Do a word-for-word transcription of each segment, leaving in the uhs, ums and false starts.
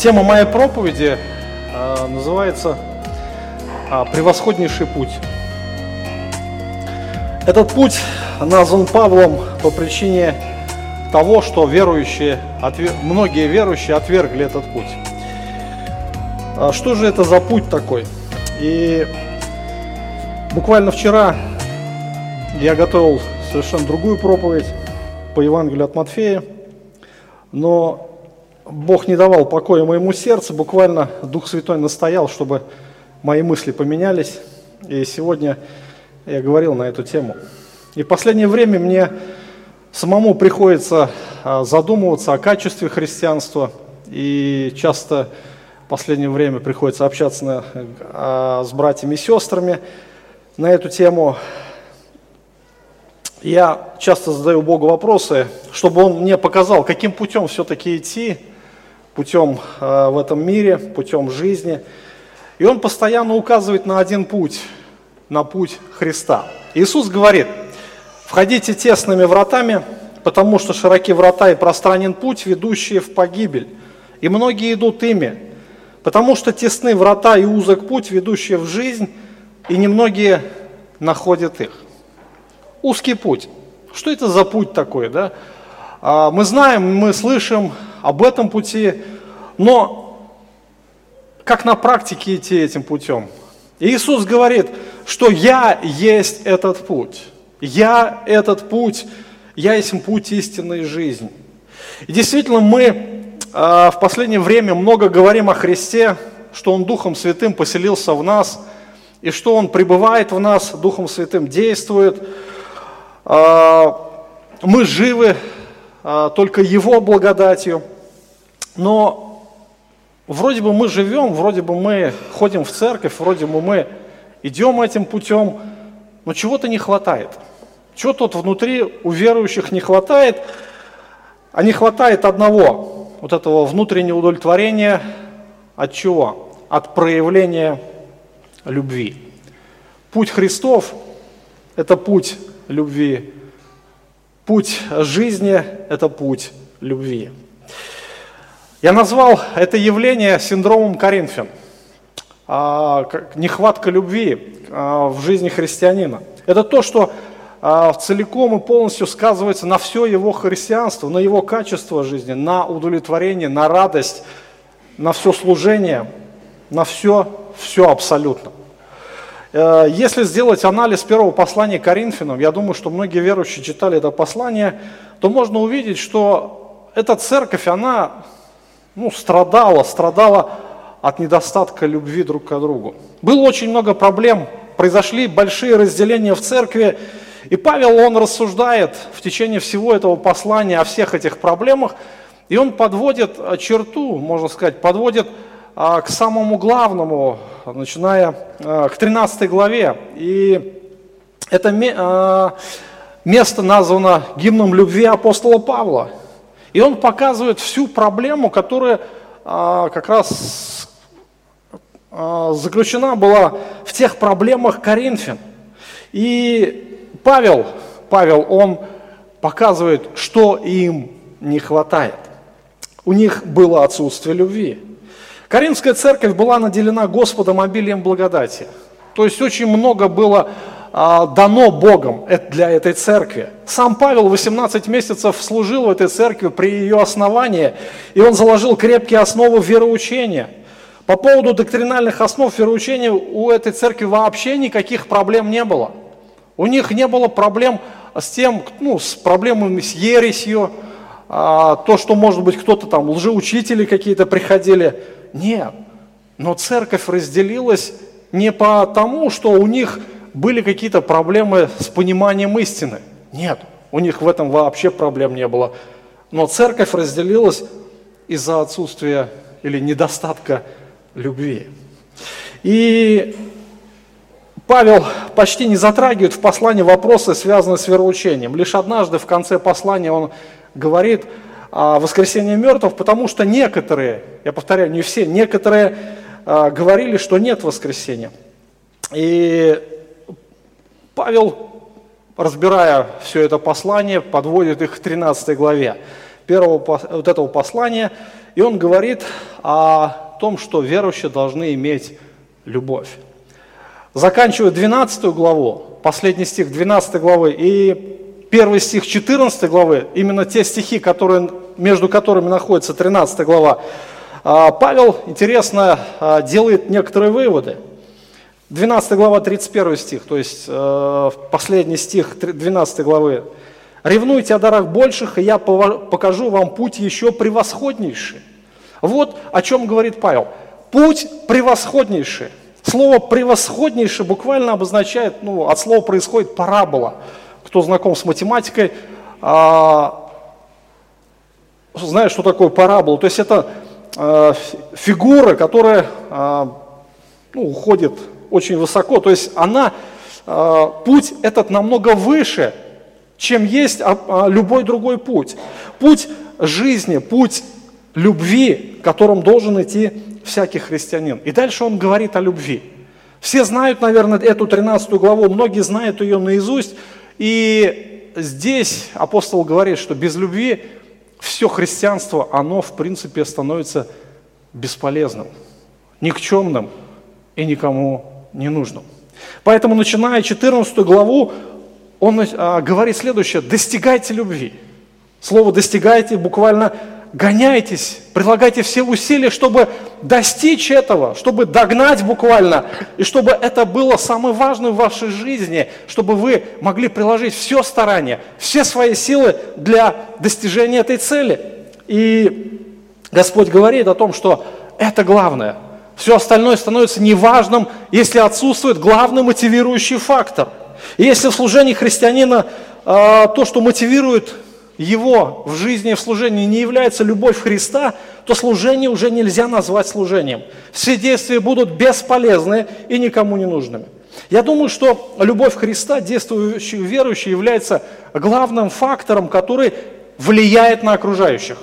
Тема моей проповеди э, называется э, «Превосходнейший путь». Этот путь назван Павлом по причине того, что верующие, отвер... многие верующие отвергли этот путь. А что же это за путь такой? И буквально вчера я готовил совершенно другую проповедь по Евангелию от Матфея, но Бог не давал покоя моему сердцу, буквально Дух Святой настоял, чтобы мои мысли поменялись, и сегодня я говорил на эту тему. И в последнее время мне самому приходится задумываться о качестве христианства, и часто в последнее время приходится общаться на, с братьями и сестрами на эту тему. Я часто задаю Богу вопросы, чтобы Он мне показал, каким путем все-таки идти, путем э, в этом мире, путем жизни. И Он постоянно указывает на один путь, на путь Христа. Иисус говорит: «Входите тесными вратами, потому что широки врата и пространен путь, ведущие в погибель, и многие идут ими, потому что тесны врата и узок путь, ведущие в жизнь, и немногие находят их». Узкий путь. Что это за путь такой, да? Мы знаем, мы слышим об этом пути, но как на практике идти этим путем? Иисус говорит, что «Я есть этот путь». «Я этот путь», «Я есть путь истинной жизни». И действительно, мы в последнее время много говорим о Христе, что Он Духом Святым поселился в нас, и что Он пребывает в нас, Духом Святым действует. Мы живы только Его благодатью, но вроде бы мы живем, вроде бы мы ходим в церковь, вроде бы мы идем этим путем, но чего-то не хватает. Чего-то вот внутри у верующих не хватает, а не хватает одного, вот этого внутреннего удовлетворения. От чего? От проявления любви. Путь Христов – это путь любви. Путь жизни – это путь любви. Я назвал это явление синдромом Коринфян. Нехватка любви в жизни христианина. Это то, что целиком и полностью сказывается на все его христианство, на его качество жизни, на удовлетворение, на радость, на все служение, на все, все абсолютно. Если сделать анализ первого послания к Коринфянам, я думаю, что многие верующие читали это послание, то можно увидеть, что эта церковь, она ну, страдала, страдала от недостатка любви друг к другу. Было очень много проблем, произошли большие разделения в церкви, и Павел, он рассуждает в течение всего этого послания о всех этих проблемах, и он подводит черту, можно сказать, подводит к самому главному, начиная к тринадцатой главе. И это место названо гимном любви апостола Павла. И он показывает всю проблему, которая как раз заключена была в тех проблемах Коринфян. И Павел, Павел, он показывает, что им не хватает. У них было отсутствие любви. Коринфская церковь была наделена Господом обилием благодати. То есть очень много было а, дано Богом для этой церкви. Сам Павел восемнадцать месяцев служил в этой церкви при ее основании, и он заложил крепкие основы вероучения. По поводу доктринальных основ вероучения у этой церкви вообще никаких проблем не было. У них не было проблем с тем, ну, с проблемами с ересью, а, то, что, может быть, кто-то там, лжеучители какие-то приходили. Нет, но церковь разделилась не потому, что у них были какие-то проблемы с пониманием истины. Нет, у них в этом вообще проблем не было. Но церковь разделилась из-за отсутствия или недостатка любви. И Павел почти не затрагивает в послании вопросы, связанные с вероучением. Лишь однажды в конце послания он говорит о воскресении мертвых, потому что некоторые, я повторяю, не все, некоторые а, говорили, что нет воскресения. И Павел, разбирая все это послание, подводит их к тринадцатой главе первого вот этого послания И он говорит о том, что верующие должны иметь любовь. Заканчивая двенадцатую главу, последний стих двенадцатой главы и первый стих четырнадцатой главы, именно те стихи, которые, между которыми находится тринадцатая глава, Павел, интересно, делает некоторые выводы. двенадцатая глава, тридцать первый стих, то есть последний стих двенадцатой главы. «Ревнуйте о дарах больших, и я покажу вам путь еще превосходнейший». Вот о чем говорит Павел. Путь превосходнейший. Слово «превосходнейший» буквально обозначает, ну, от слова происходит парабола. Кто знаком с математикой, а, знает, что такое парабола. То есть это а, фигура, которая а, ну, уходит очень высоко. То есть она, а, путь этот намного выше, чем есть а, а, любой другой путь. Путь жизни, путь любви, которым должен идти всякий христианин. И дальше он говорит о любви. Все знают, наверное, эту тринадцатую главу, многие знают ее наизусть. И здесь апостол говорит, что без любви все христианство, оно в принципе становится бесполезным, никчемным и никому не нужным. Поэтому, начиная четырнадцатую главу, он а, говорит следующее: достигайте любви. Слово «достигайте» буквально гоняйтесь, прилагайте все усилия, чтобы достичь этого, чтобы догнать буквально, и чтобы это было самое важное в вашей жизни, чтобы вы могли приложить все старания, все свои силы для достижения этой цели. И Господь говорит о том, что это главное. Все остальное становится неважным, если отсутствует главный мотивирующий фактор. И если в служении христианина э, то, что мотивирует его в жизни и в служении, не является любовь Христа, то служение уже нельзя назвать служением. Все действия будут бесполезны и никому не нужными. Я думаю, что любовь Христа, действующих верующих, является главным фактором, который влияет на окружающих.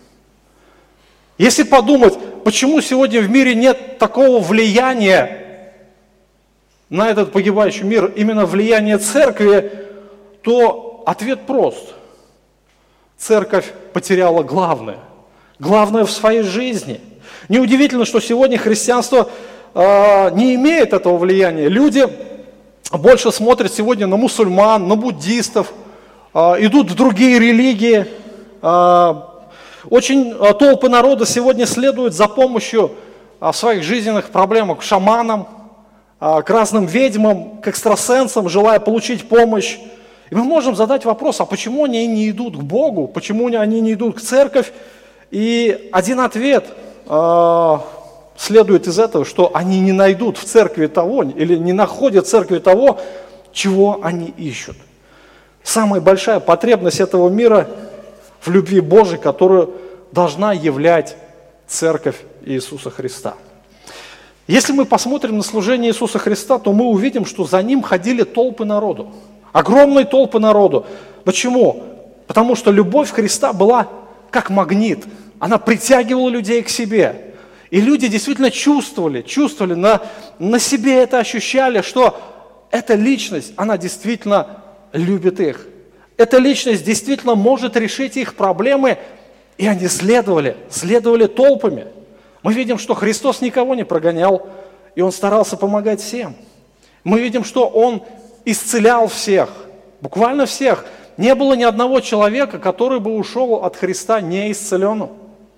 Если подумать, почему сегодня в мире нет такого влияния на этот погибающий мир, именно влияния церкви, то ответ прост. Церковь потеряла главное. Главное в своей жизни. Неудивительно, что сегодня христианство э, не имеет этого влияния. Люди больше смотрят сегодня на мусульман, на буддистов, э, идут в другие религии. Э, очень э, толпы народа сегодня следуют за помощью э, в своих жизненных проблемах к шаманам, э, к разным ведьмам, к экстрасенсам, желая получить помощь. И мы можем задать вопрос, а почему они не идут к Богу, почему они не идут к церковь? И один ответ э, следует из этого, что они не найдут в церкви того, или не находят в церкви того, чего они ищут. Самая большая потребность этого мира в любви Божией, которую должна являть церковь Иисуса Христа. Если мы посмотрим на служение Иисуса Христа, то мы увидим, что за ним ходили толпы народу. Огромные толпы народу. Почему? Потому что любовь Христа была как магнит. Она притягивала людей к себе. И люди действительно чувствовали, чувствовали, на, на себе это ощущали, что эта личность, она действительно любит их. Эта личность действительно может решить их проблемы, и они следовали, следовали толпами. Мы видим, что Христос никого не прогонял, и Он старался помогать всем. Мы видим, что Он исцелял всех, буквально всех. Не было ни одного человека, который бы ушел от Христа неисцеленным.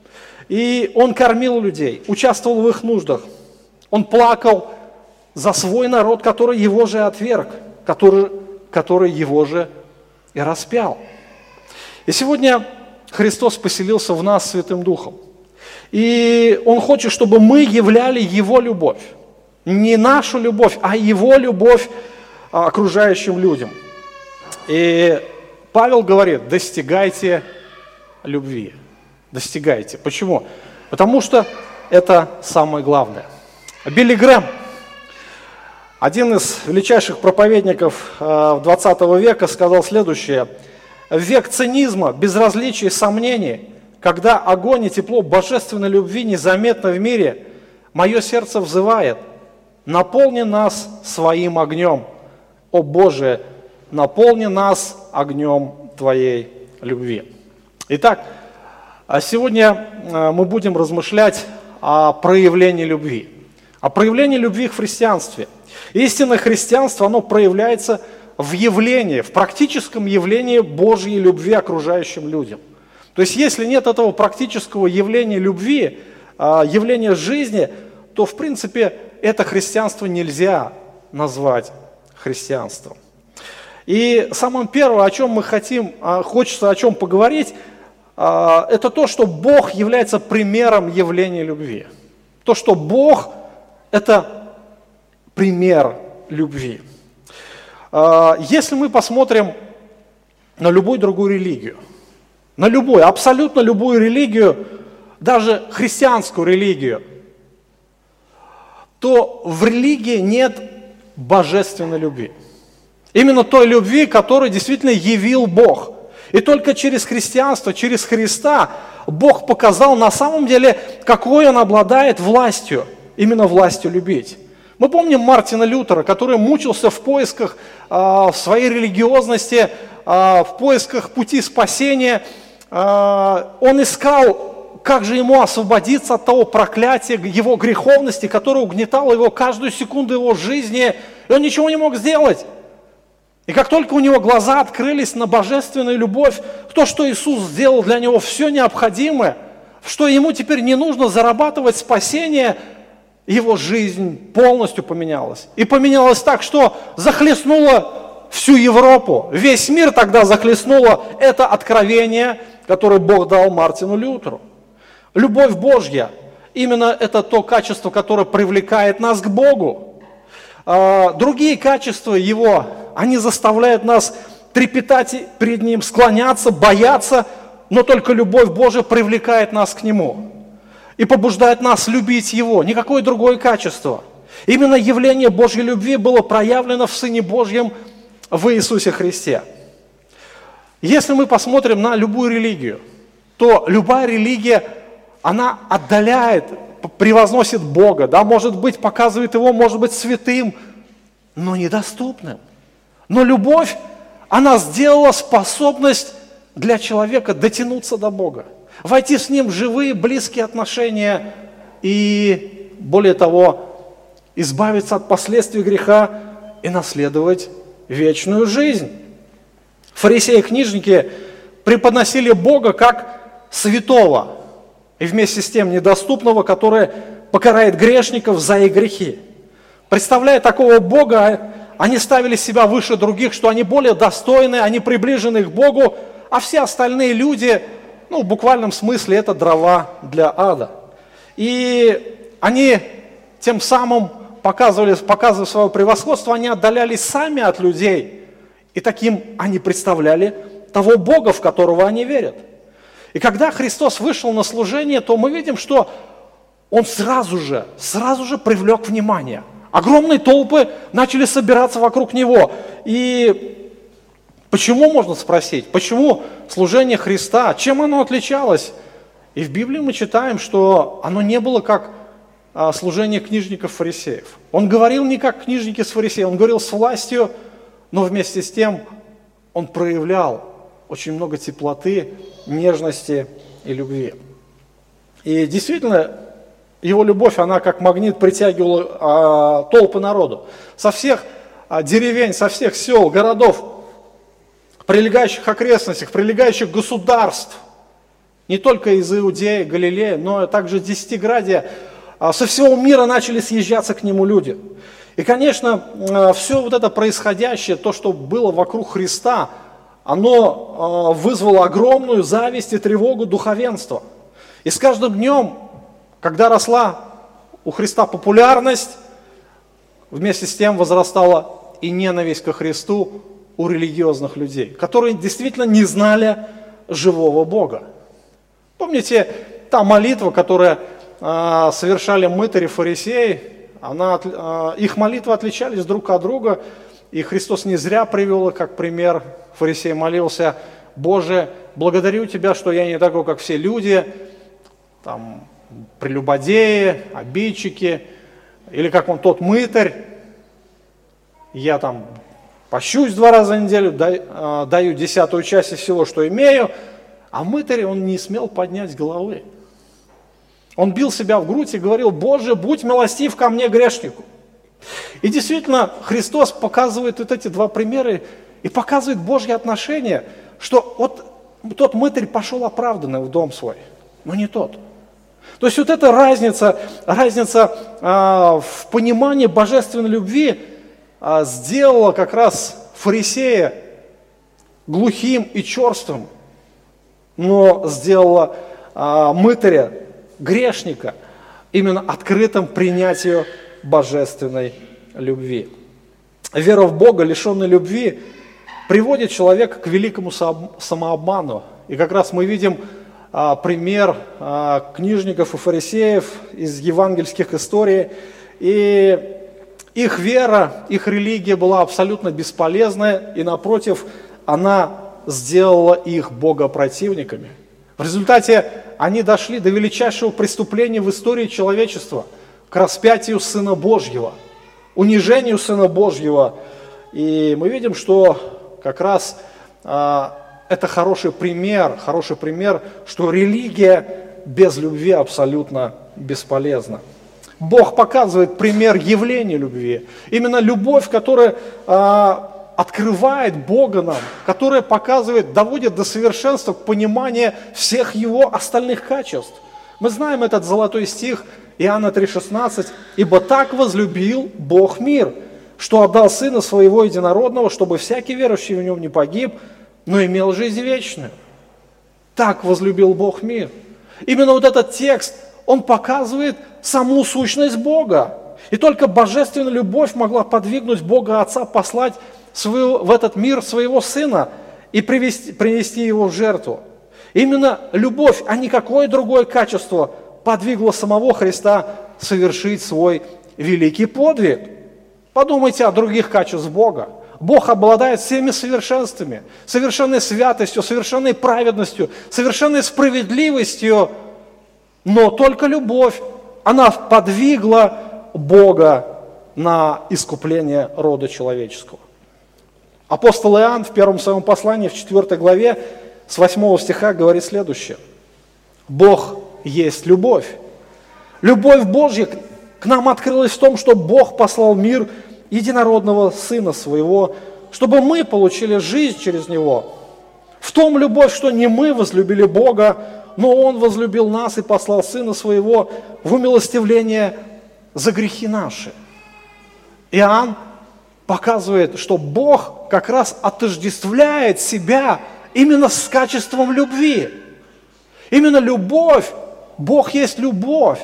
И Он кормил людей, участвовал в их нуждах. Он плакал за свой народ, который Его же отверг, который, который Его же и распял. И сегодня Христос поселился в нас Святым Духом. И Он хочет, чтобы мы являли Его любовь. Не нашу любовь, а Его любовь окружающим людям. И Павел говорит: достигайте любви. Достигайте. Почему? Потому что это самое главное. Билли Грэм, один из величайших проповедников двадцатого века, сказал следующее: в век цинизма, безразличия и сомнений, когда огонь и тепло божественной любви незаметно в мире, мое сердце взывает: наполни нас своим огнем. О Боже, наполни нас огнем Твоей любви. Итак, А сегодня мы будем размышлять о проявлении любви. О проявлении любви в христианстве. Истинное христианство, оно проявляется в явлении, в практическом явлении Божьей любви окружающим людям. То есть, если нет этого практического явления любви, явления жизни, то, в принципе, это христианство нельзя назвать христианством. И самое первое, о чем мы хотим, хочется о чем поговорить, это то, что Бог является примером явления любви. То, что Бог – это пример любви. Если мы посмотрим на любую другую религию, на любую, абсолютно любую религию, даже христианскую религию, то в религии нет божественной любви. Именно той любви, которую действительно явил Бог. И только через христианство, через Христа Бог показал на самом деле, какой Он обладает властью, именно властью любить. Мы помним Мартина Лютера, который мучился в поисках э, своей религиозности, э, в поисках пути спасения. Э, он искал, как же ему освободиться от того проклятия, его греховности, которое угнетало его каждую секунду его жизни, и он ничего не мог сделать. И как только у него глаза открылись на божественную любовь, то, что Иисус сделал для него все необходимое, что ему теперь не нужно зарабатывать спасение, его жизнь полностью поменялась. И поменялась так, что захлестнуло всю Европу. Весь мир тогда захлестнуло это откровение, которое Бог дал Мартину Лютеру. Любовь Божья, именно это то качество, которое привлекает нас к Богу. Другие качества Его, они заставляют нас трепетать перед Ним, склоняться, бояться, но только любовь Божия привлекает нас к Нему и побуждает нас любить Его, никакое другое качество. Именно явление Божьей любви было проявлено в Сыне Божьем в Иисусе Христе. Если мы посмотрим на любую религию, то любая религия, она отдаляет, превозносит Бога, да, может быть, показывает Его, может быть, святым, но недоступным. Но любовь, она сделала способность для человека дотянуться до Бога, войти с Ним в живые, близкие отношения и, более того, избавиться от последствий греха и наследовать вечную жизнь. Фарисеи и книжники преподносили Бога как святого и вместе с тем недоступного, который покарает грешников за их грехи. Представляя такого Бога, они ставили себя выше других, что они более достойны, они приближены к Богу, а все остальные люди, ну, в буквальном смысле, это дрова для ада. И они тем самым показывали, показывая свое превосходство, они отдалялись сами от людей, и таким они представляли того Бога, в которого они верят. И когда Христос вышел на служение, то мы видим, что Он сразу же, сразу же привлек внимание. Огромные толпы начали собираться вокруг Него. И почему, можно спросить, почему служение Христа, чем оно отличалось? И в Библии мы читаем, что оно не было как а, служение книжников-фарисеев. Он говорил не как книжники с фарисеями, он говорил с властью, но вместе с тем он проявлял очень много теплоты, нежности и любви. И действительно, его любовь, она как магнит притягивала а, толпы народу. Со всех а, деревень, со всех сел, городов, прилегающих окрестностях, прилегающих государств, не только из Иудеи, Галилеи, но также Десятиградия, а, со всего мира начали съезжаться к нему люди. И, конечно, а, все вот это происходящее, то, что было вокруг Христа, оно а, вызвало огромную зависть и тревогу духовенства. И с каждым днем, когда росла у Христа популярность, вместе с тем возрастала и ненависть ко Христу у религиозных людей, которые действительно не знали живого Бога. Помните, та молитва, которую э, совершали мытари, фарисеи, она, э, их молитвы отличались друг от друга, и Христос не зря привел, как пример, фарисей молился: «Боже, благодарю Тебя, что я не такой, как все люди, там, прелюбодеи, обидчики, или как он тот мытарь, я там пощусь два раза в неделю, даю десятую часть из всего, что имею, А мытарь, он не смел поднять головы. Он бил себя в грудь и говорил: «Боже, будь милостив ко мне, грешнику». И действительно, Христос показывает вот эти два примера и показывает Божье отношение, что вот тот мытарь пошел оправданный в дом свой, но не тот. То есть вот эта разница, разница а, в понимании божественной любви а, сделала как раз фарисея глухим и черствым, но сделала а, мытаря, грешника, именно открытым принятию божественной любви. Вера в Бога, лишенная любви, приводит человека к великому самообману. И как раз мы видим а, пример а, книжников и фарисеев из евангельских историй. И их вера, их религия была абсолютно бесполезная, и напротив, она сделала их богопротивниками. В результате они дошли до величайшего преступления в истории человечества, к распятию Сына Божьего, унижению Сына Божьего. И мы видим, что как раз а, это хороший пример, хороший пример, что религия без любви абсолютно бесполезна. Бог показывает пример явления любви. Именно любовь, которая а, открывает Бога нам, которая показывает, доводит до совершенства к пониманию всех Его остальных качеств. Мы знаем этот золотой стих Иоанна три шестнадцать. «Ибо так возлюбил Бог мир, что отдал Сына Своего Единородного, чтобы всякий верующий в Нем не погиб, но имел жизнь вечную». Так возлюбил Бог мир. Именно вот этот текст, он показывает саму сущность Бога. И только божественная любовь могла подвигнуть Бога Отца послать своего, в этот мир своего Сына и привести, принести Его в жертву. Именно любовь, а не какое другое качество, подвигло самого Христа совершить свой великий подвиг. Подумайте о других качествах Бога. Бог обладает всеми совершенствами, совершенной святостью, совершенной праведностью, совершенной справедливостью, но только любовь, она подвигла Бога на искупление рода человеческого. Апостол Иоанн в первом своем послании, в четвёртой главе, с восьмого стиха говорит следующее. Бог есть любовь. Любовь Божья к нам открылась в том, что Бог послал в мир единородного Сына Своего, чтобы мы получили жизнь через Него. В том любовь, что не мы возлюбили Бога, но Он возлюбил нас и послал Сына Своего в умилостивление за грехи наши. Иоанн показывает, что Бог как раз отождествляет себя именно с качеством любви. Именно любовь, Бог есть любовь.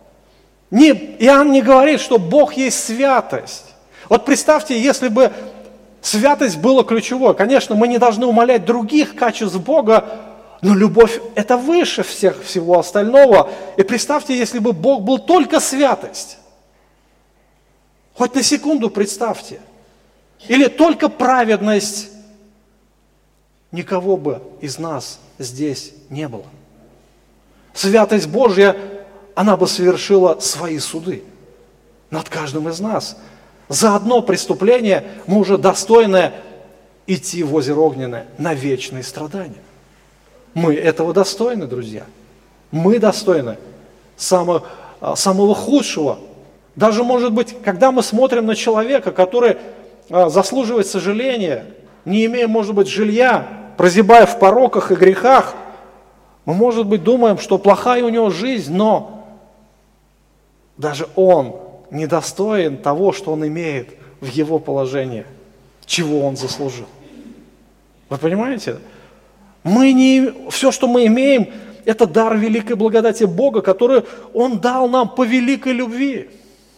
Не, Иоанн не говорит, что Бог есть святость. Вот представьте, если бы святость была ключевой. Конечно, мы не должны умалять других качеств Бога, но любовь – это выше всех, всего остального. И представьте, если бы Бог был только святость. Хоть на секунду представьте. Или только праведность. Никого бы из нас здесь не было. Святость Божья, она бы совершила свои суды над каждым из нас. За одно преступление мы уже достойны идти в озеро Огненное на вечные страдания. Мы этого достойны, друзья. Мы достойны самого, самого худшего. Даже, может быть, когда мы смотрим на человека, который заслуживает сожаления, не имея, может быть, жилья, прозябая в пороках и грехах, мы, может быть, думаем, что плохая у него жизнь, но даже он недостоин того, что он имеет в его положении, чего он заслужил. Вы понимаете? Мы не, все, что мы имеем, это дар великой благодати Бога, который Он дал нам по великой любви.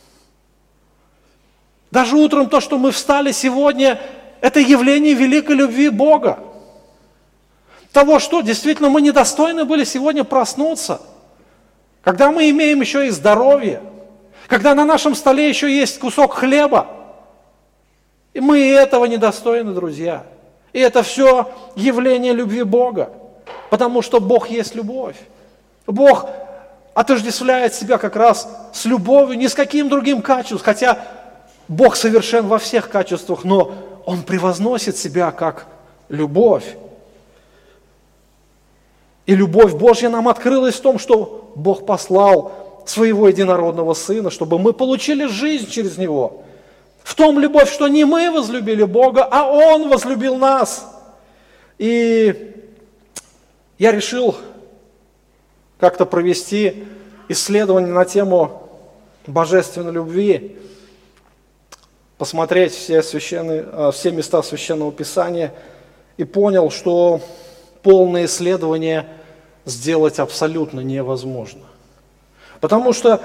Даже утром то, что мы встали сегодня, это явление великой любви Бога. Того, что действительно мы недостойны были сегодня проснуться, когда мы имеем еще и здоровье, когда на нашем столе еще есть кусок хлеба, и мы и этого недостойны, друзья. И это все явление любви Бога, потому что Бог есть любовь. Бог отождествляет себя как раз с любовью, ни с каким другим качеством, хотя Бог совершен во всех качествах, но Он превозносит себя как любовь. И любовь Божья нам открылась в том, что Бог послал своего единородного Сына, чтобы мы получили жизнь через Него. В том любовь, что не мы возлюбили Бога, а Он возлюбил нас. И я решил как-то провести исследование на тему божественной любви, посмотреть все, священные, все места Священного Писания и понял, что полное исследование сделать абсолютно невозможно. Потому что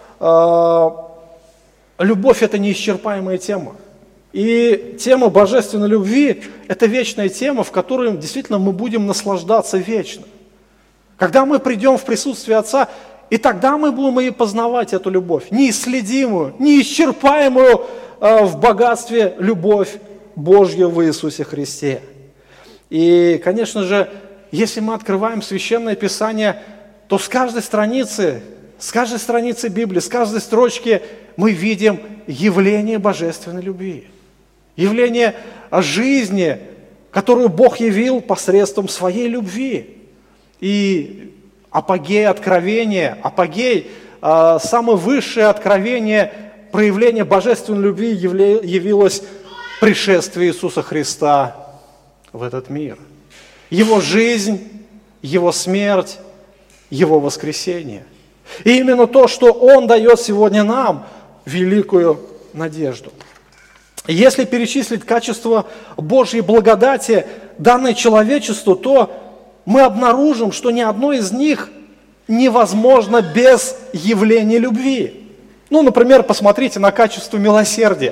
э, любовь – это неисчерпаемая тема. И тема божественной любви – это вечная тема, в которой действительно мы будем наслаждаться вечно. Когда мы придем в присутствие Отца, и тогда мы будем и познавать эту любовь, неисследимую, неисчерпаемую э, в богатстве любовь Божью в Иисусе Христе. И, конечно же, если мы открываем Священное Писание, то с каждой страницы, с каждой страницы Библии, с каждой строчки мы видим явление божественной любви. Явление жизни, которую Бог явил посредством своей любви. И апогей откровения, апогей, э, самое высшее откровение, проявление божественной любви явилось пришествие Иисуса Христа в этот мир. Его жизнь, Его смерть, Его воскресение. И именно то, что Он дает сегодня нам, великую надежду. Если перечислить качество Божьей благодати, данной человечеству, то мы обнаружим, что ни одно из них невозможно без явления любви. Ну, например, посмотрите на качество милосердия.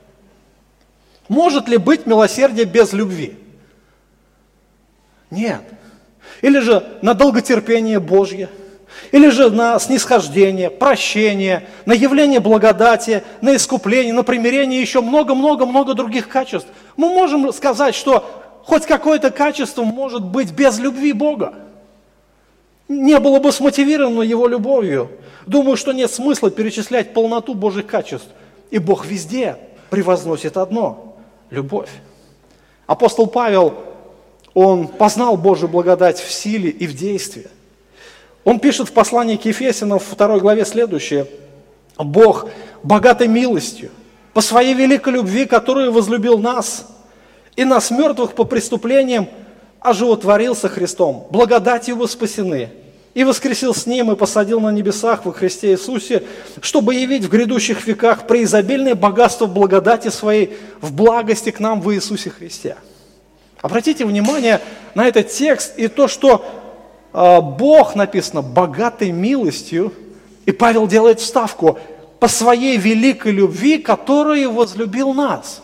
Может ли быть милосердие без любви? Нет. Или же на долготерпение Божье, или же на снисхождение, прощение, на явление благодати, на искупление, на примирение, еще много-много-много других качеств. Мы можем сказать, что хоть какое-то качество может быть без любви Бога. Не было бы смотивировано Его любовью. Думаю, что нет смысла перечислять полноту Божьих качеств. И Бог везде превозносит одно – любовь. Апостол Павел, он познал Божью благодать в силе и в действии. Он пишет в послании к Ефесянам в второй главе следующее. «Бог, богатой милостью, по своей великой любви, которую возлюбил нас, и нас, мертвых по преступлениям, оживотворился Христом, благодатью вы спасены, и воскресил с Ним, и посадил на небесах во Христе Иисусе, чтобы явить в грядущих веках преизобильное богатство благодати Своей в благости к нам в Иисусе Христе». Обратите внимание на этот текст и то, что э, Бог, написано, богатой милостью, и Павел делает вставку, по своей великой любви, которую возлюбил нас.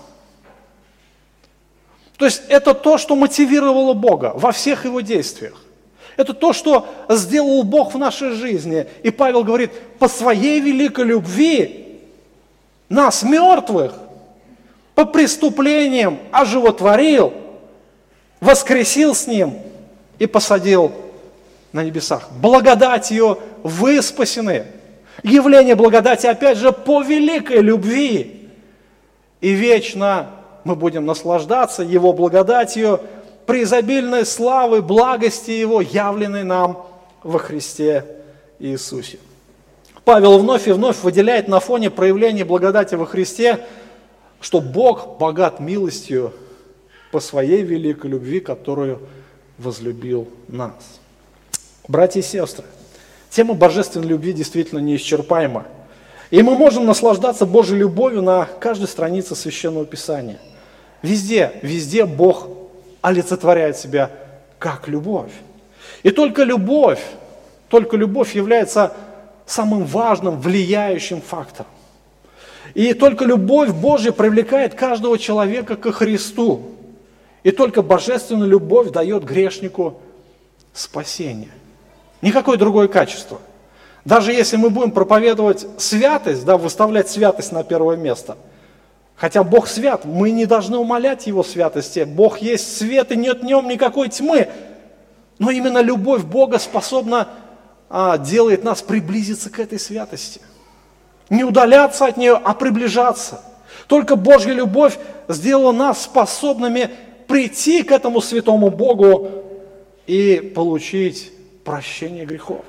То есть это то, что мотивировало Бога во всех Его действиях. Это то, что сделал Бог в нашей жизни. И Павел говорит, по своей великой любви нас, мертвых, по преступлениям оживотворил, воскресил с Ним и посадил на небесах. Благодатью вы спасены. Явление благодати, опять же, по великой любви. И вечно мы будем наслаждаться Его благодатью, преизобильной славы, благости Его, явленной нам во Христе Иисусе. Павел вновь и вновь выделяет на фоне проявления благодати во Христе, что Бог богат милостью по своей великой любви, которую возлюбил нас. Братья и сестры, тема божественной любви действительно неисчерпаема. И мы можем наслаждаться Божьей любовью на каждой странице Священного Писания. Везде, везде Бог олицетворяет себя как любовь. И только любовь, только любовь является самым важным, влияющим фактором. И только любовь Божья привлекает каждого человека ко Христу. И только божественная любовь дает грешнику спасение. Никакое другое качество. Даже если мы будем проповедовать святость, да, выставлять святость на первое место, хотя Бог свят, мы не должны умалять Его святости. Бог есть свет, и нет в Нем никакой тьмы. Но именно любовь Бога способна, а, делает нас приблизиться к этой святости. Не удаляться от нее, а приближаться. Только Божья любовь сделала нас способными прийти к этому святому Богу и получить прощение грехов.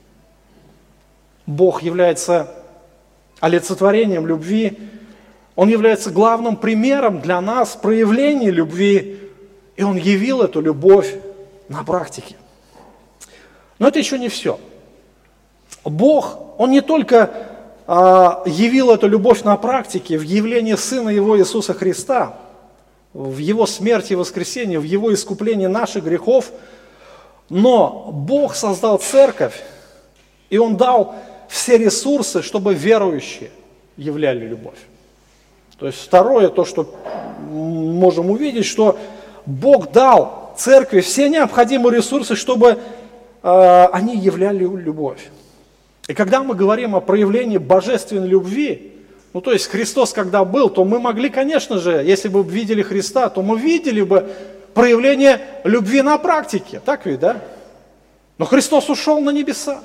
Бог является олицетворением любви. Он является главным примером для нас проявления любви. И Он явил эту любовь на практике. Но это еще не все. Бог, Он не только а, явил эту любовь на практике в явлении Сына Его Иисуса Христа, в Его смерти и воскресении, в Его искуплении наших грехов, но Бог создал церковь, и Он дал все ресурсы, чтобы верующие являли любовь. То есть второе, то, что можем увидеть, что Бог дал церкви все необходимые ресурсы, чтобы э, они являли любовь. И когда мы говорим о проявлении божественной любви, ну то есть Христос когда был, то мы могли, конечно же, если бы видели Христа, то мы видели бы проявление любви на практике, так ведь, да? Но Христос ушел на небеса.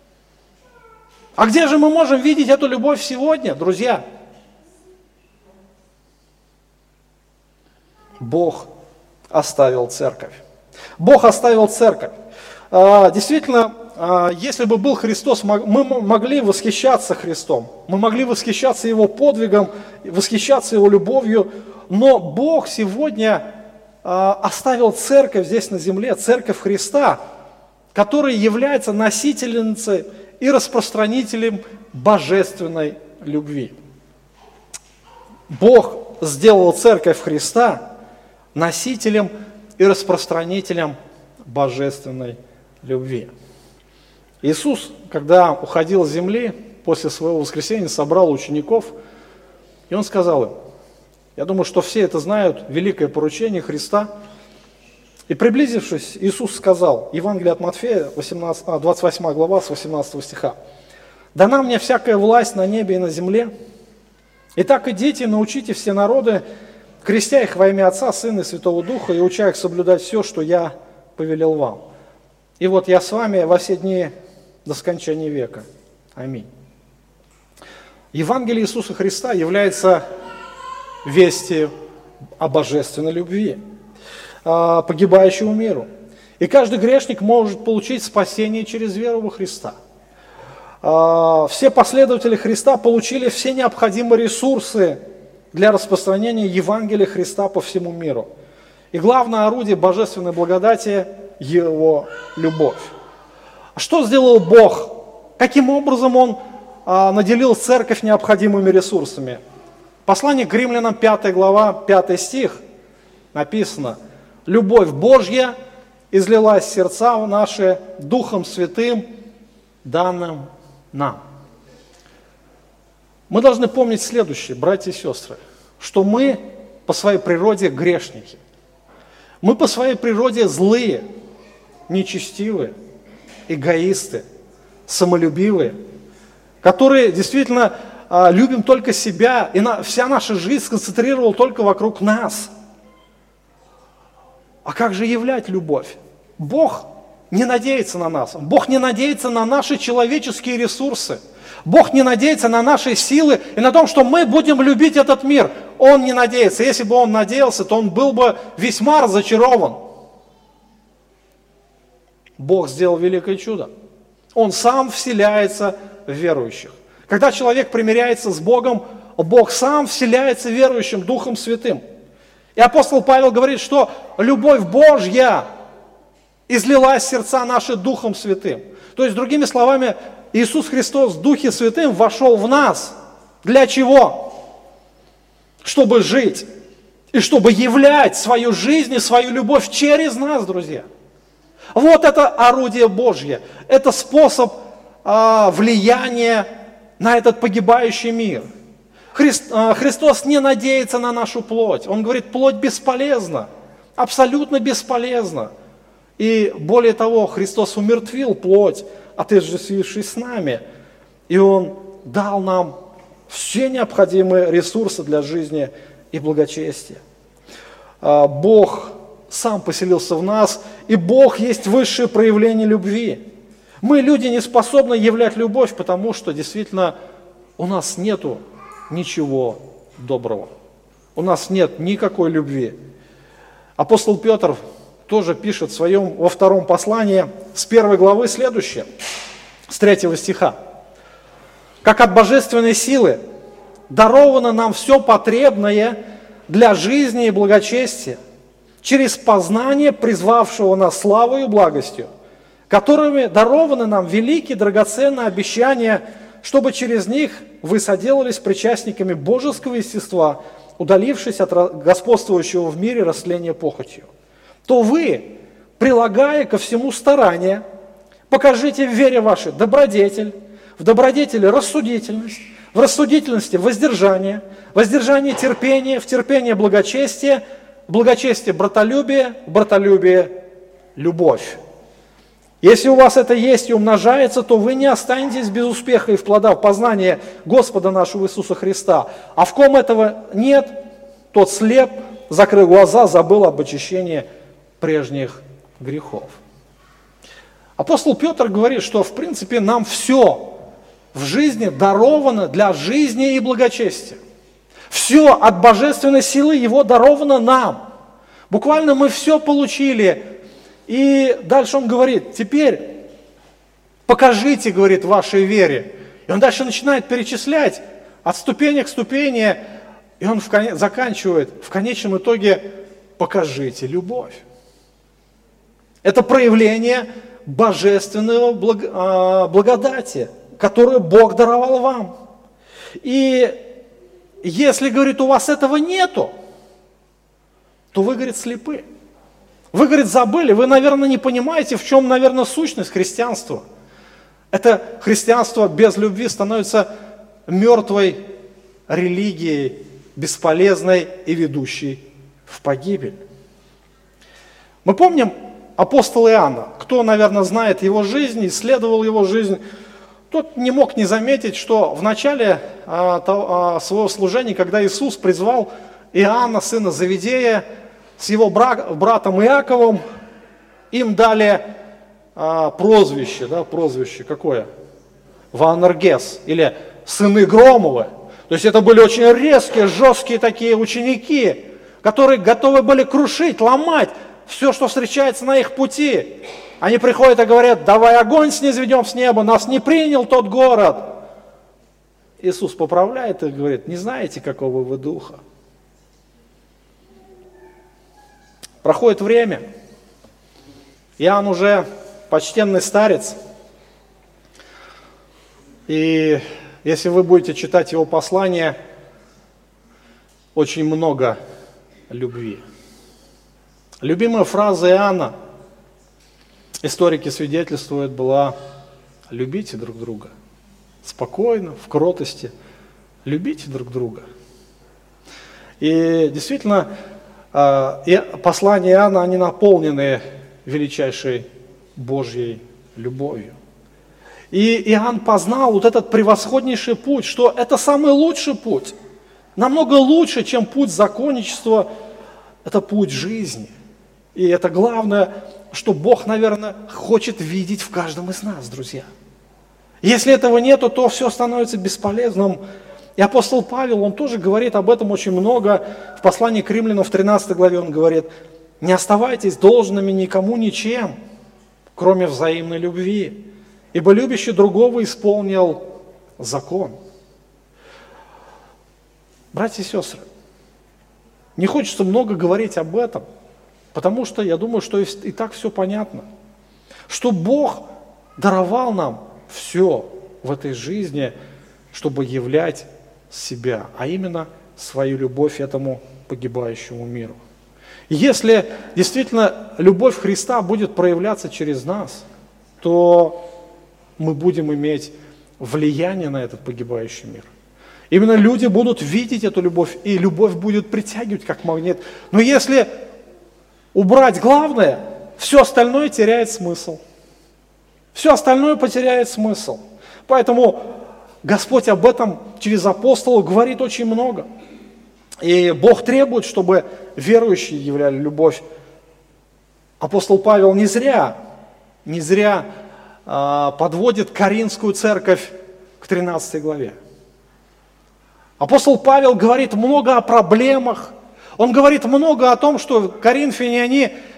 А где же мы можем видеть эту любовь сегодня, друзья? Бог оставил церковь. Бог оставил церковь. Действительно, если бы был Христос, мы могли восхищаться Христом, мы могли восхищаться Его подвигом, восхищаться Его любовью, но Бог сегодня оставил церковь здесь на земле, церковь Христа, которая является носительницей и распространителем божественной любви. Бог сделал церковь Христа носителем и распространителем божественной любви. Иисус, когда уходил с земли, после своего воскресения собрал учеников, и Он сказал им, я думаю, что все это знают, великое поручение Христа. И приблизившись, Иисус сказал, Евангелие от Матфея, двадцать восьмая глава, с восемнадцатого стиха, «Дана мне всякая власть на небе и на земле. Итак, идите, научите все народы, крестя их во имя Отца, Сына и Святого Духа, и уча их соблюдать все, что я повелел вам. И вот я с вами во все дни до скончания века. Аминь». Евангелие Иисуса Христа является вестью о божественной любви погибающему миру. И каждый грешник может получить спасение через веру во Христа. Все последователи Христа получили все необходимые ресурсы для распространения Евангелия Христа по всему миру. И главное орудие божественной благодати – Его любовь. Что сделал Бог? Каким образом Он наделил церковь необходимыми ресурсами? Послание к Римлянам, пятая глава, пятый стих написано: «Любовь Божья излилась в сердца наши Духом Святым, данным нам». Мы должны помнить следующее, братья и сестры, что мы по своей природе грешники. Мы по своей природе злые, нечестивые, эгоисты, самолюбивые, которые действительно а, любим только себя, и на, вся наша жизнь сконцентрировала только вокруг нас. А как же являть любовь? Бог не надеется на нас. Бог не надеется на наши человеческие ресурсы. Бог не надеется на наши силы и на том, что мы будем любить этот мир. Он не надеется. Если бы Он надеялся, то Он был бы весьма разочарован. Бог сделал великое чудо. Он сам вселяется в верующих. Когда человек примиряется с Богом, Бог сам вселяется верующим Духом Святым. И апостол Павел говорит, что любовь Божья излилась в сердца наши Духом Святым. То есть, другими словами, Иисус Христос в Духе Святым вошел в нас. Для чего? Чтобы жить и чтобы являть свою жизнь и свою любовь через нас, друзья. Вот это орудие Божье, это способ а, влияния на этот погибающий мир. Христ, а, Христос не надеется на нашу плоть. Он говорит, плоть бесполезна, абсолютно бесполезна. И более того, Христос умертвил плоть, отождествившись с нами. И Он дал нам все необходимые ресурсы для жизни и благочестия. А, Бог сам поселился в нас, и Бог есть высшее проявление любви. Мы, люди, не способны являть любовь, потому что действительно у нас нету ничего доброго. У нас нет никакой любви. Апостол Петр тоже пишет в своем, во втором послании с первой главы следующее, с третьего стиха. «Как от божественной силы даровано нам все потребное для жизни и благочестия, через познание призвавшего нас славою и благостью, которыми дарованы нам великие драгоценные обещания, чтобы через них вы соделались причастниками божеского естества, удалившись от господствующего в мире растления похотью. То вы, прилагая ко всему старание, покажите в вере вашей добродетель, в добродетели рассудительность, в рассудительности воздержание, в воздержании терпение, в терпении благочестие, в благочестие братолюбие, в братолюбие любовь. Если у вас это есть и умножается, то вы не останетесь без успеха и в плодах познания Господа нашего Иисуса Христа. А в ком этого нет, тот слеп, закрыл глаза, забыл об очищении прежних грехов». Апостол Петр говорит, что в принципе нам все в жизни даровано для жизни и благочестия. Все от божественной силы Его даровано нам. Буквально мы все получили. И дальше он говорит: теперь покажите, говорит, вашей вере. И он дальше начинает перечислять от ступени к ступени. И он в кон... заканчивает: в конечном итоге покажите любовь. Это проявление божественного благ... благодати, которую Бог даровал вам. И если, говорит, у вас этого нету, то вы, говорит, слепы. Вы, говорит, забыли, вы, наверное, не понимаете, в чем, наверное, сущность христианства. Это христианство без любви становится мертвой религией, бесполезной и ведущей в погибель. Мы помним апостола Иоанна. Кто, наверное, знает его жизнь, исследовал его жизнь, тот не мог не заметить, что в начале а, то, а, своего служения, когда Иисус призвал Иоанна, сына Завидея, с его брат, братом Иаковом, им дали а, прозвище, да, прозвище какое? Ваанергес, или сыны Громовы. То есть это были очень резкие, жесткие такие ученики, которые готовы были крушить, ломать все, что встречается на их пути. Они приходят и говорят: давай огонь низведем с неба, нас не принял тот город. Иисус поправляет их и говорит: не знаете, какого вы духа. Проходит время, Иоанн уже почтенный старец, и если вы будете читать его послание, очень много любви. Любимая фраза Иоанна, историки свидетельствуют, была: любите друг друга. Спокойно, в кротости. Любите друг друга. И действительно, послания Иоанна, они наполнены величайшей Божьей любовью. И Иоанн познал вот этот превосходнейший путь, что это самый лучший путь. Намного лучше, чем путь законничества, это путь жизни. И это главное, что Бог, наверное, хочет видеть в каждом из нас, друзья. Если этого нету, то все становится бесполезным. И апостол Павел, он тоже говорит об этом очень много. В послании к Римлянам в тринадцатой главе он говорит: не оставайтесь должными никому ничем, кроме взаимной любви, ибо любящий другого исполнил закон. Братья и сестры, не хочется много говорить об этом, потому что я думаю, что и так все понятно, что Бог даровал нам все в этой жизни, чтобы являть себя, а именно свою любовь этому погибающему миру. Если действительно любовь Христа будет проявляться через нас, то мы будем иметь влияние на этот погибающий мир. Именно люди будут видеть эту любовь, и любовь будет притягивать как магнит. Но если убрать главное, все остальное теряет смысл. Все остальное потеряет смысл. Поэтому Господь об этом через апостолов говорит очень много. И Бог требует, чтобы верующие являли любовь. Апостол Павел не зря, не зря э, подводит Коринфскую церковь к тринадцатой главе. Апостол Павел говорит много о проблемах. Он говорит много о том, что коринфяне, они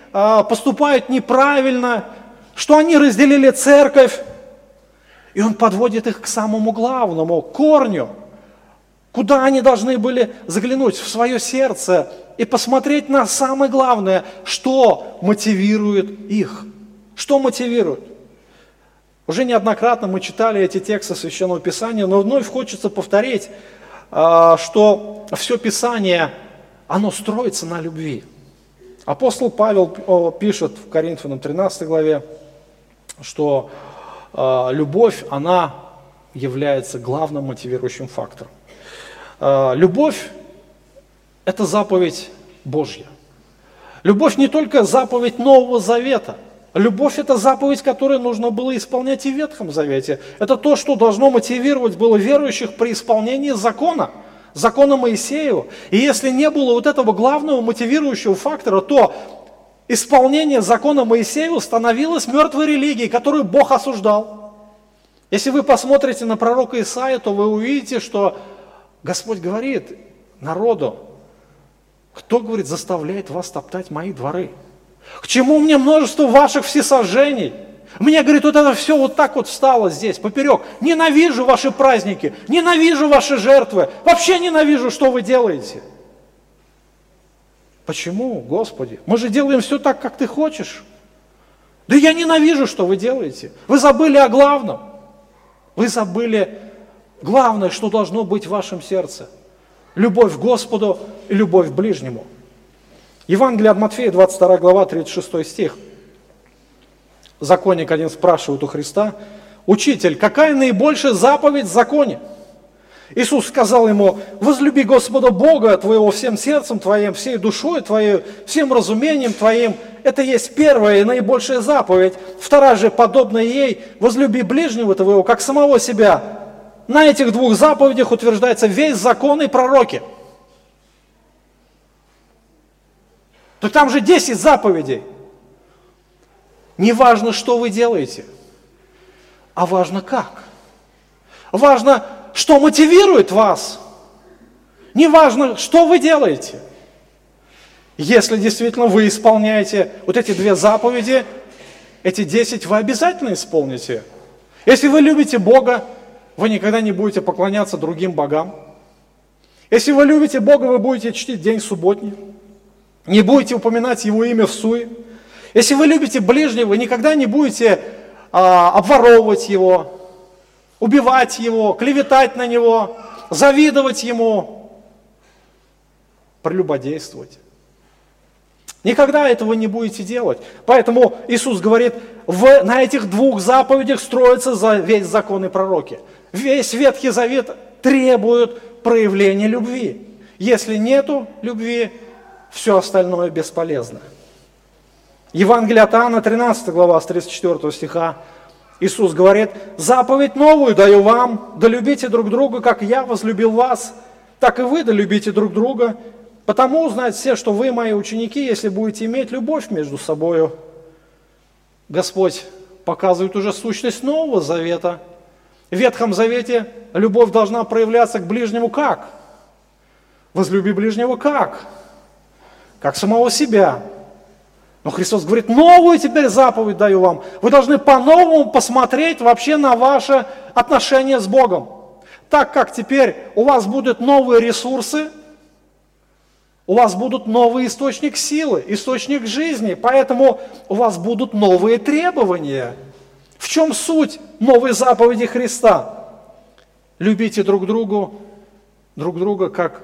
а, поступают неправильно, что они разделили церковь. И он подводит их к самому главному, к корню, куда они должны были заглянуть в свое сердце и посмотреть на самое главное, что мотивирует их, что мотивирует. Уже неоднократно мы читали эти тексты Священного Писания, но вновь хочется повторить, что все Писание, оно строится на любви. Апостол Павел пишет в Коринфянам тринадцатой главе, что любовь, она является главным мотивирующим фактором. Любовь – это заповедь Божья. Любовь не только заповедь Нового Завета. Любовь – это заповедь, которую нужно было исполнять и в Ветхом Завете. Это то, что должно мотивировать было верующих при исполнении закона, закона Моисеева. И если не было вот этого главного мотивирующего фактора, то исполнение закона Моисеева становилось мертвой религией, которую Бог осуждал. Если вы посмотрите на пророка Исаию, то вы увидите, что Господь говорит народу: кто, говорит, заставляет вас топтать мои дворы? К чему мне множество ваших всесожжений? Мне, говорит, вот это все вот так вот встало здесь, поперек. Ненавижу ваши праздники, ненавижу ваши жертвы, вообще ненавижу, что вы делаете. Почему, Господи? Мы же делаем все так, как Ты хочешь. Да я ненавижу, что вы делаете. Вы забыли о главном. Вы забыли главное, что должно быть в вашем сердце. Любовь к Господу и любовь к ближнему. Евангелие от Матфея, двадцать вторая глава, тридцать шестой стих. Законник один спрашивает у Христа: «Учитель, какая наибольшая заповедь в законе?» Иисус сказал ему: «Возлюби Господа Бога твоего всем сердцем твоим, всей душой твоей, всем разумением твоим». Это есть первая и наибольшая заповедь. Вторая же, подобная ей: возлюби ближнего твоего, как самого себя. На этих двух заповедях утверждается весь закон и пророки. То там же десять заповедей. Не важно, что вы делаете, а важно как. Важно, что мотивирует вас. Не важно, что вы делаете. Если действительно вы исполняете вот эти две заповеди, эти десять вы обязательно исполните. Если вы любите Бога, вы никогда не будете поклоняться другим богам. Если вы любите Бога, вы будете чтить день субботний. Не будете упоминать Его имя в суе. Если вы любите ближнего, вы никогда не будете а, обворовывать его, убивать его, клеветать на него, завидовать ему, прелюбодействовать. Никогда этого не будете делать. Поэтому Иисус говорит, в, на этих двух заповедях строится за весь закон и пророки. Весь Ветхий Завет требует проявления любви. Если нету любви, все остальное бесполезно. Евангелие от Иоанна, тринадцатая глава, с тридцать четвёртого стиха, Иисус говорит: «Заповедь новую даю вам, да любите друг друга, как я возлюбил вас, так и вы да любите друг друга. Потому узнают все, что вы мои ученики, если будете иметь любовь между собою». Господь показывает уже сущность Нового Завета. В Ветхом Завете любовь должна проявляться к ближнему как? Возлюби ближнего как? Как самого себя. Но Христос говорит: новую теперь заповедь даю вам. Вы должны по-новому посмотреть вообще на ваше отношение с Богом. Так как теперь у вас будут новые ресурсы, у вас будут новый источник силы, источник жизни, поэтому у вас будут новые требования. В чем суть новой заповеди Христа? Любите друг другу, друг друга, как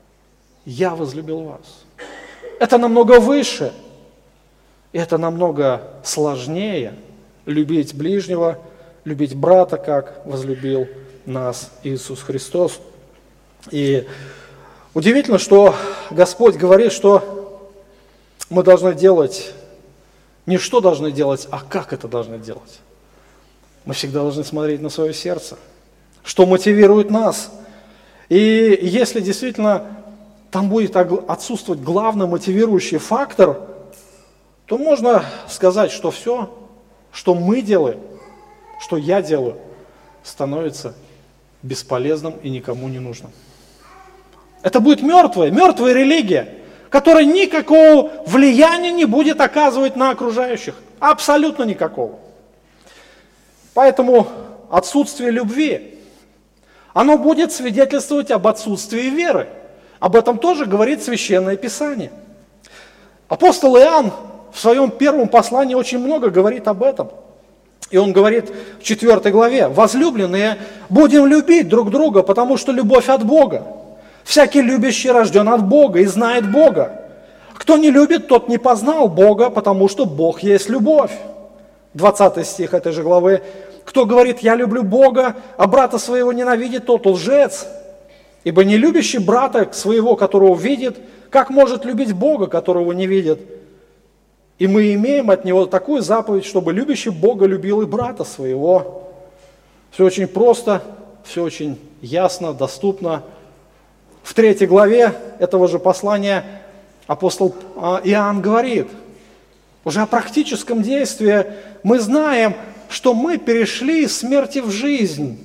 я возлюбил вас. Это намного выше, это намного сложнее любить ближнего, любить брата, как возлюбил нас Иисус Христос. И удивительно, что Господь говорит, что мы должны делать, не что должны делать, а как это должны делать. Мы всегда должны смотреть на свое сердце, что мотивирует нас. И если действительно там будет отсутствовать главный мотивирующий фактор, то можно сказать, что все, что мы делаем, что я делаю, становится бесполезным и никому не нужным. Это будет мертвая, мертвая религия, которая никакого влияния не будет оказывать на окружающих. Абсолютно никакого. Поэтому отсутствие любви, оно будет свидетельствовать об отсутствии веры. Об этом тоже говорит Священное Писание. Апостол Иоанн в своем первом послании очень много говорит об этом. И он говорит в четвёртой главе: «Возлюбленные, будем любить друг друга, потому что любовь от Бога. Всякий любящий рожден от Бога и знает Бога. Кто не любит, тот не познал Бога, потому что Бог есть любовь». двадцатый стих этой же главы. «Кто говорит, я люблю Бога, а брата своего ненавидит, тот лжец. Ибо не любящий брата своего, которого видит, как может любить Бога, которого не видит? И мы имеем от Него такую заповедь, чтобы любящий Бога любил и брата своего». Все очень просто, все очень ясно, доступно. В третьей главе этого же послания апостол Иоанн говорит уже о практическом действии. Мы знаем, что мы перешли из смерти в жизнь.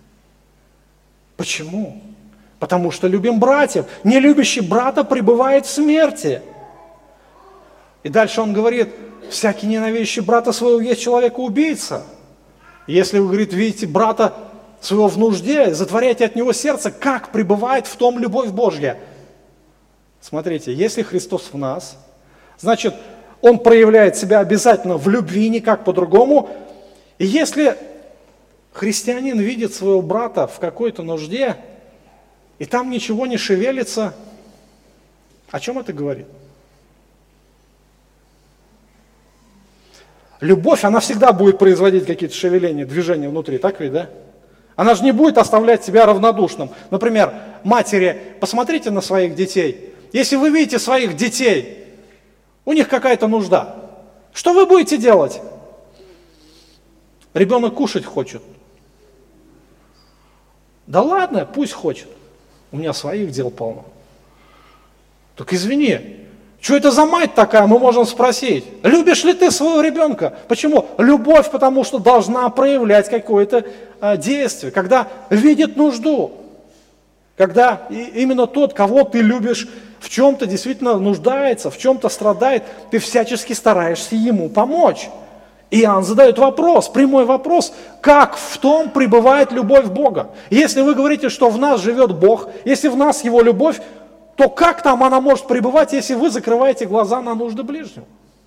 Почему? Потому что любим братьев. Не любящий брата пребывает в смерти. И дальше он говорит: всякий ненавидящий брата своего есть человека-убийца. Если вы, говорит, видите брата своего в нужде, затворяйте от него сердце, как пребывает в том любовь Божья? Смотрите, если Христос в нас, значит, Он проявляет себя обязательно в любви, никак по-другому. И если христианин видит своего брата в какой-то нужде, и там ничего не шевелится, о чем это говорит? Любовь, она всегда будет производить какие-то шевеления, движения внутри, так ведь, да? Она же не будет оставлять себя равнодушным. Например, матери, посмотрите на своих детей. Если вы видите своих детей, у них какая-то нужда, что вы будете делать? Ребенок кушать хочет. Да ладно, пусть хочет. У меня своих дел полно. Так извини, что это за мать такая, мы можем спросить. Любишь ли ты своего ребенка? Почему? Любовь, потому что должна проявлять какое-то а, действие, когда видит нужду. Когда и, именно тот, кого ты любишь, в чем-то действительно нуждается, в чем-то страдает, ты всячески стараешься ему помочь. Иоанн задает вопрос, прямой вопрос: как в том пребывает любовь Бога? Если вы говорите, что в нас живет Бог, если в нас Его любовь, то как там она может пребывать, если вы закрываете глаза на нужды ближнего?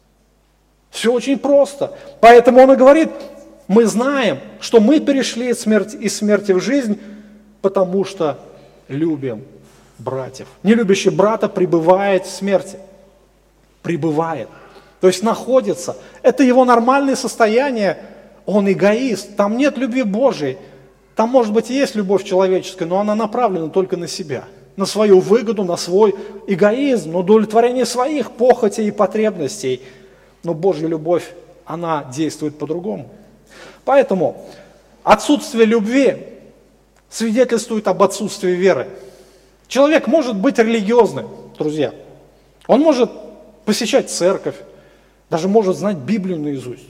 Все очень просто. Поэтому он и говорит: мы знаем, что мы перешли из смерти, из смерти в жизнь, потому что любим братьев. Нелюбящий брата пребывает в смерти. Пребывает. То есть находится. Это его нормальное состояние. Он эгоист. Там нет любви Божией. Там, может быть, и есть любовь человеческая, но она направлена только на себя. На свою выгоду, на свой эгоизм, на удовлетворение своих похотей и потребностей. Но Божья любовь, она действует по-другому. Поэтому отсутствие любви свидетельствует об отсутствии веры. Человек может быть религиозным, друзья. Он может посещать церковь, даже может знать Библию наизусть.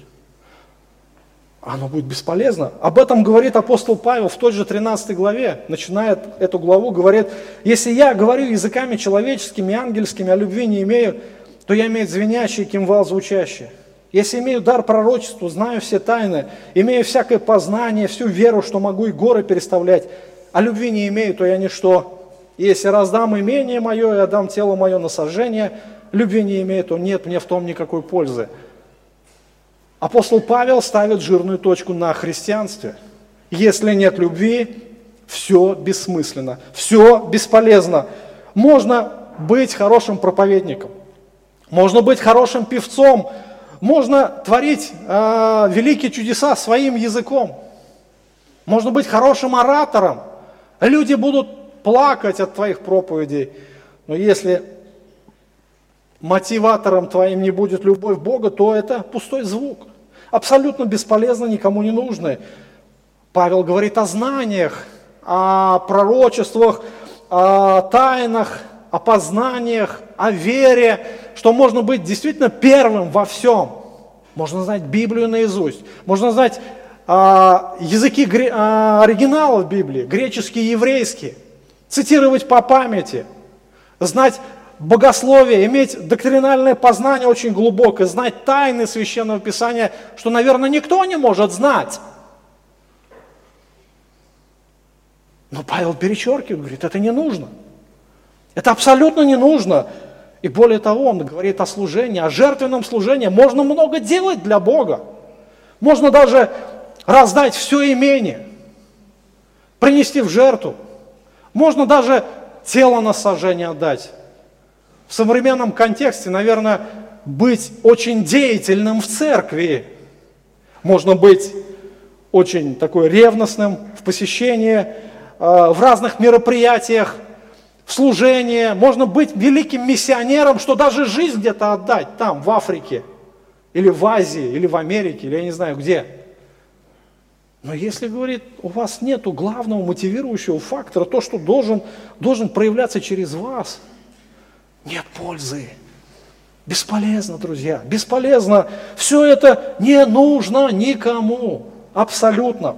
Оно будет бесполезно. Об этом говорит апостол Павел в той же тринадцатой главе, начинает эту главу, говорит: если я говорю языками человеческими и ангельскими, а любви не имею, то я имею звенящий кимвал звучащий. Если имею дар пророчества, знаю все тайны, имею всякое познание, всю веру, что могу и горы переставлять, а любви не имею, то я ничто. Если раздам имение мое и отдам тело мое на сожжение, любви не имею, то нет мне в том никакой пользы. Апостол Павел ставит жирную точку на христианстве. Если нет любви, все бессмысленно, все бесполезно. Можно быть хорошим проповедником, можно быть хорошим певцом, можно творить э, великие чудеса своим языком, можно быть хорошим оратором. Люди будут плакать от твоих проповедей, но если мотиватором твоим не будет любовь Бога, то это пустой звук, абсолютно бесполезно, никому не нужный. Павел говорит о знаниях, о пророчествах, о тайнах, о познаниях, о вере, что можно быть действительно первым во всем. Можно знать Библию наизусть, можно знать а, языки гре, а, оригиналов Библии, греческие и еврейские, цитировать по памяти, знать богословие, иметь доктринальное познание очень глубокое, знать тайны Священного Писания, что, наверное, никто не может знать. Но Павел перечеркивает, говорит, это не нужно. Это абсолютно не нужно. И более того, он говорит о служении, о жертвенном служении. Можно много делать для Бога. Можно даже раздать все имение, принести в жертву. Можно даже тело на сожжение отдать. В современном контексте, наверное, быть очень деятельным в церкви. Можно быть очень такой ревностным в посещении, в разных мероприятиях, в служении. Можно быть великим миссионером, что даже жизнь где-то отдать, там, в Африке, или в Азии, или в Америке, или я не знаю где. Но если, говорит, у вас нет главного мотивирующего фактора, то, что должен, должен проявляться через вас, нет пользы. Бесполезно, друзья, бесполезно. Все это не нужно никому, абсолютно.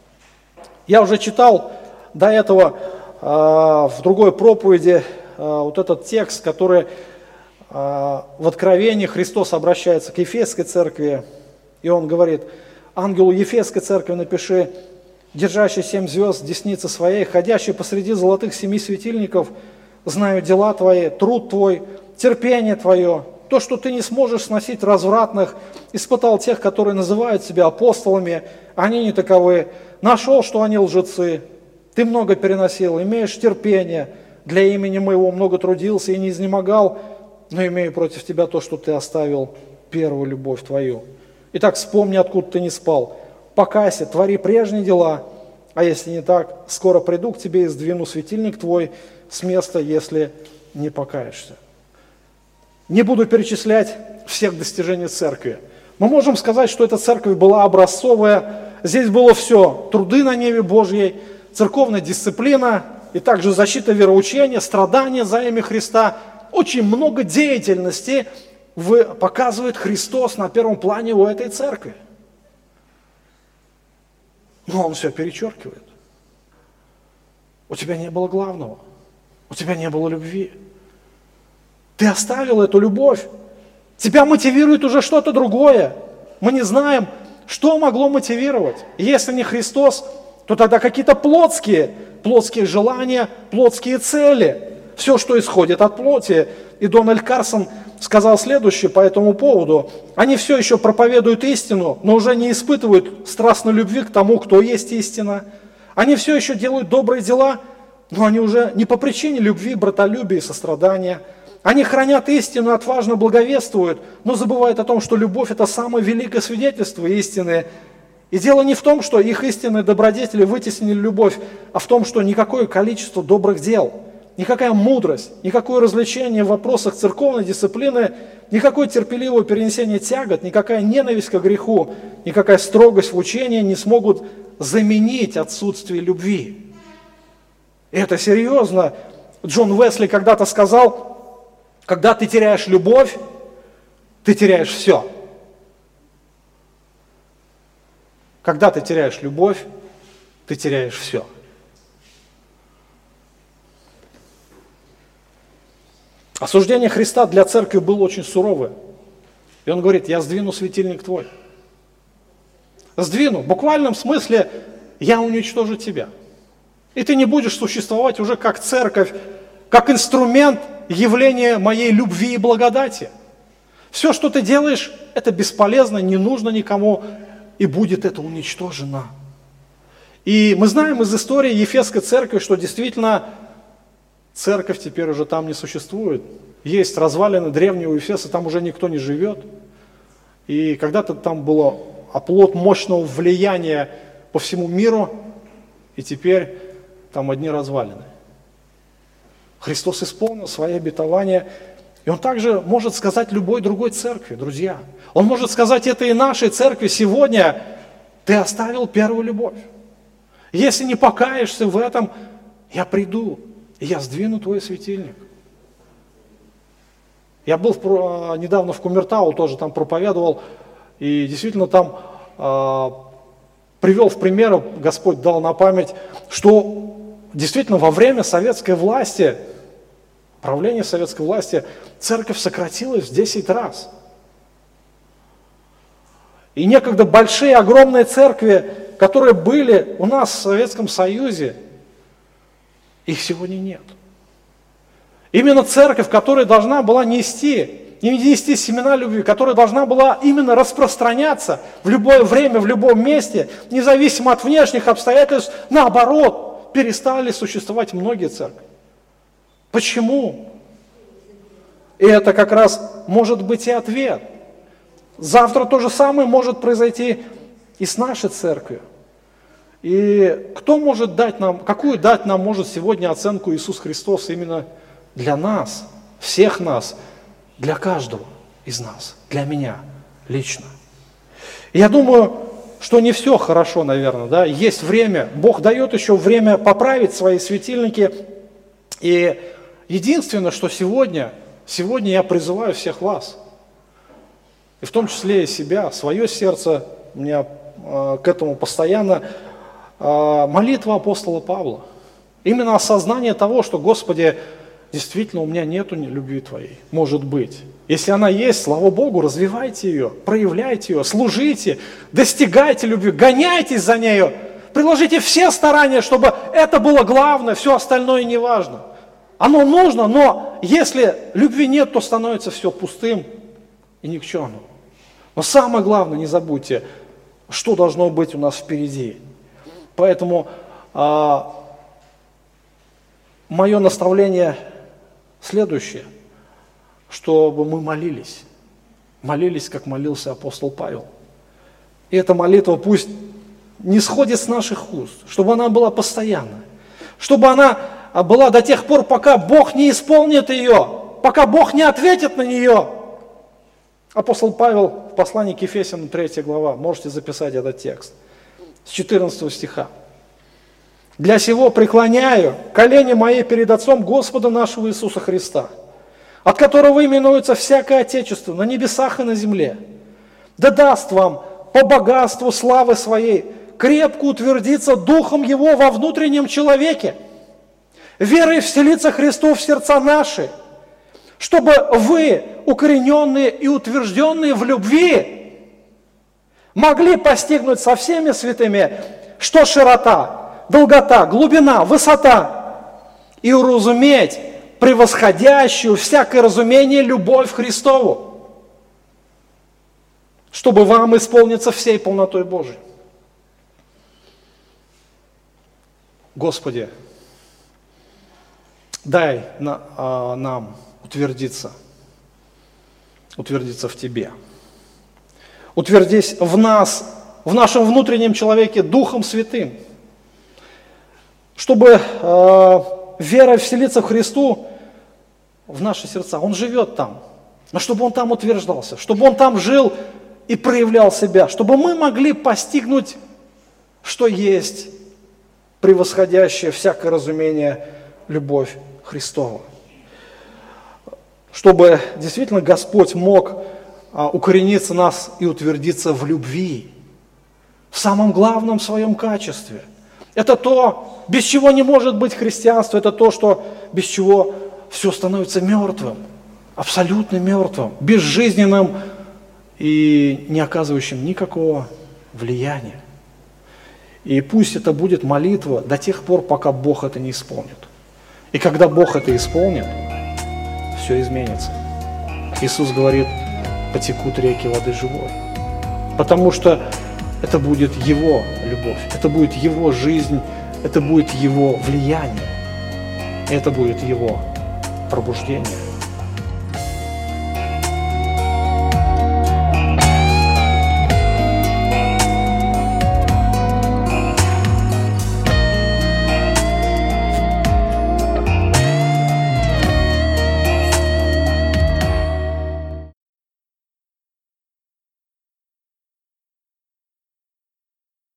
Я уже читал до этого э, в другой проповеди э, вот этот текст, который э, в Откровении Христос обращается к Ефесской церкви, и он говорит: ангелу Ефесской церкви напиши, держащий семь звезд в деснице своей, ходящий посреди золотых семи светильников, знаю дела твои, труд твой, терпение твое, то, что ты не сможешь сносить развратных, испытал тех, которые называют себя апостолами, они не таковы, нашел, что они лжецы, ты много переносил, имеешь терпение, для имени моего много трудился и не изнемогал, но имею против тебя то, что ты оставил первую любовь твою. Итак, вспомни, откуда ты не спал, покайся, твори прежние дела, а если не так, скоро приду к тебе и сдвину светильник твой с места, если не покаешься. Не буду перечислять всех достижений церкви. Мы можем сказать, что эта церковь была образцовая, здесь было все, труды на небе Божьей, церковная дисциплина и также защита вероучения, страдания за имя Христа. Очень много деятельности показывает Христос на первом плане у этой церкви. Но он все перечеркивает. У тебя не было главного, у тебя не было любви. Ты оставил эту любовь. Тебя мотивирует уже что-то другое. Мы не знаем, что могло мотивировать. Если не Христос, то тогда какие-то плотские, плотские желания, плотские цели. Все, что исходит от плоти. И Дональд Карсон сказал следующее по этому поводу. Они все еще проповедуют истину, но уже не испытывают страстной любви к тому, кто есть истина. Они все еще делают добрые дела, но они уже не по причине любви, братолюбия и сострадания. Они хранят истину, отважно благовествуют, но забывают о том, что любовь – это самое великое свидетельство истины. И дело не в том, что их истинные добродетели вытеснили любовь, а в том, что никакое количество добрых дел, никакая мудрость, никакое развлечение в вопросах церковной дисциплины, никакое терпеливое перенесение тягот, никакая ненависть к греху, никакая строгость в учении не смогут заменить отсутствие любви. И это серьезно. Джон Уэсли когда-то сказал: когда ты теряешь любовь, ты теряешь все. Когда ты теряешь любовь, ты теряешь все. Осуждение Христа для церкви было очень суровое. И он говорит: я сдвину светильник твой. Сдвину. В буквальном смысле я уничтожу тебя. И ты не будешь существовать уже как церковь, как инструмент явления моей любви и благодати. Все, что ты делаешь, это бесполезно, не нужно никому, и будет это уничтожено. И мы знаем из истории Ефесской церкви, что действительно церковь теперь уже там не существует. Есть развалины древнего Ефеса, там уже никто не живет. И когда-то там было оплот мощного влияния по всему миру, и теперь там одни развалины. Христос исполнил свои обетования, и Он также может сказать любой другой церкви, друзья. Он может сказать это и нашей церкви сегодня: ты оставил первую любовь. Если не покаешься в этом, я приду, и я сдвину твой светильник. Я был в, недавно в Кумертау, тоже там проповедовал, и действительно там э, привел в пример, Господь дал на память, что действительно во время советской власти правления советской власти церковь сократилась в десять раз. И некогда большие, огромные церкви, которые были у нас в Советском Союзе, их сегодня нет. Именно церковь, которая должна была нести, не нести семена любви, которая должна была именно распространяться в любое время, в любом месте, независимо от внешних обстоятельств, наоборот, перестали существовать многие церкви. Почему? И это как раз может быть и ответ. Завтра то же самое может произойти и с нашей церковью. И кто может дать нам, какую дать нам может сегодня оценку Иисус Христос именно для нас, всех нас, для каждого из нас, для меня лично. И я думаю, что не все хорошо, наверное, да, есть время, Бог дает еще время поправить свои светильники. И единственное, что сегодня, сегодня я призываю всех вас, и в том числе и себя, свое сердце, у меня э, к этому постоянно э, молитва апостола Павла. Именно осознание того, что, Господи, действительно у меня нету любви Твоей, может быть. Если она есть, слава Богу, развивайте ее, проявляйте ее, служите, достигайте любви, гоняйтесь за нею, приложите все старания, чтобы это было главное, все остальное не важно. Оно нужно, но если любви нет, то становится все пустым и никчемным. Но самое главное, не забудьте, что должно быть у нас впереди. Поэтому а, мое наставление следующее, чтобы мы молились. Молились, как молился апостол Павел. И эта молитва пусть не сходит с наших уст, чтобы она была постоянной, чтобы она была до тех пор, пока Бог не исполнит ее, пока Бог не ответит на нее. Апостол Павел в послании к Ефесянам, третья глава, можете записать этот текст, с четырнадцатого стиха. «Для сего преклоняю колени мои перед Отцом Господа нашего Иисуса Христа, от которого именуется всякое Отечество на небесах и на земле. Да даст вам по богатству славы своей крепко утвердиться Духом Его во внутреннем человеке, верой вселиться Христу в сердца наши, чтобы вы, укорененные и утвержденные в любви, могли постигнуть со всеми святыми, что широта, долгота, глубина, высота, и уразуметь превосходящую всякое разумение любовь Христову, чтобы вам исполниться всей полнотой Божией». Господи, дай на, а, нам утвердиться, утвердиться в Тебе. Утвердись в нас, в нашем внутреннем человеке Духом Святым, чтобы э, верой вселиться в Христу в наши сердца. Он живет там, но чтобы Он там утверждался, чтобы Он там жил и проявлял себя, чтобы мы могли постигнуть, что есть превосходящее всякое разумение любовь Христова. Чтобы действительно Господь мог а, укорениться в нас и утвердиться в любви, в самом главном своем качестве. Это то, без чего не может быть христианство, это то, что, без чего все становится мертвым, абсолютно мертвым, безжизненным и не оказывающим никакого влияния. И пусть это будет молитва до тех пор, пока Бог это не исполнит. И когда Бог это исполнит, все изменится. Иисус говорит, потекут реки воды живой. Потому что это будет Его любовь, это будет Его жизнь, это будет Его влияние, это будет Его пробуждение.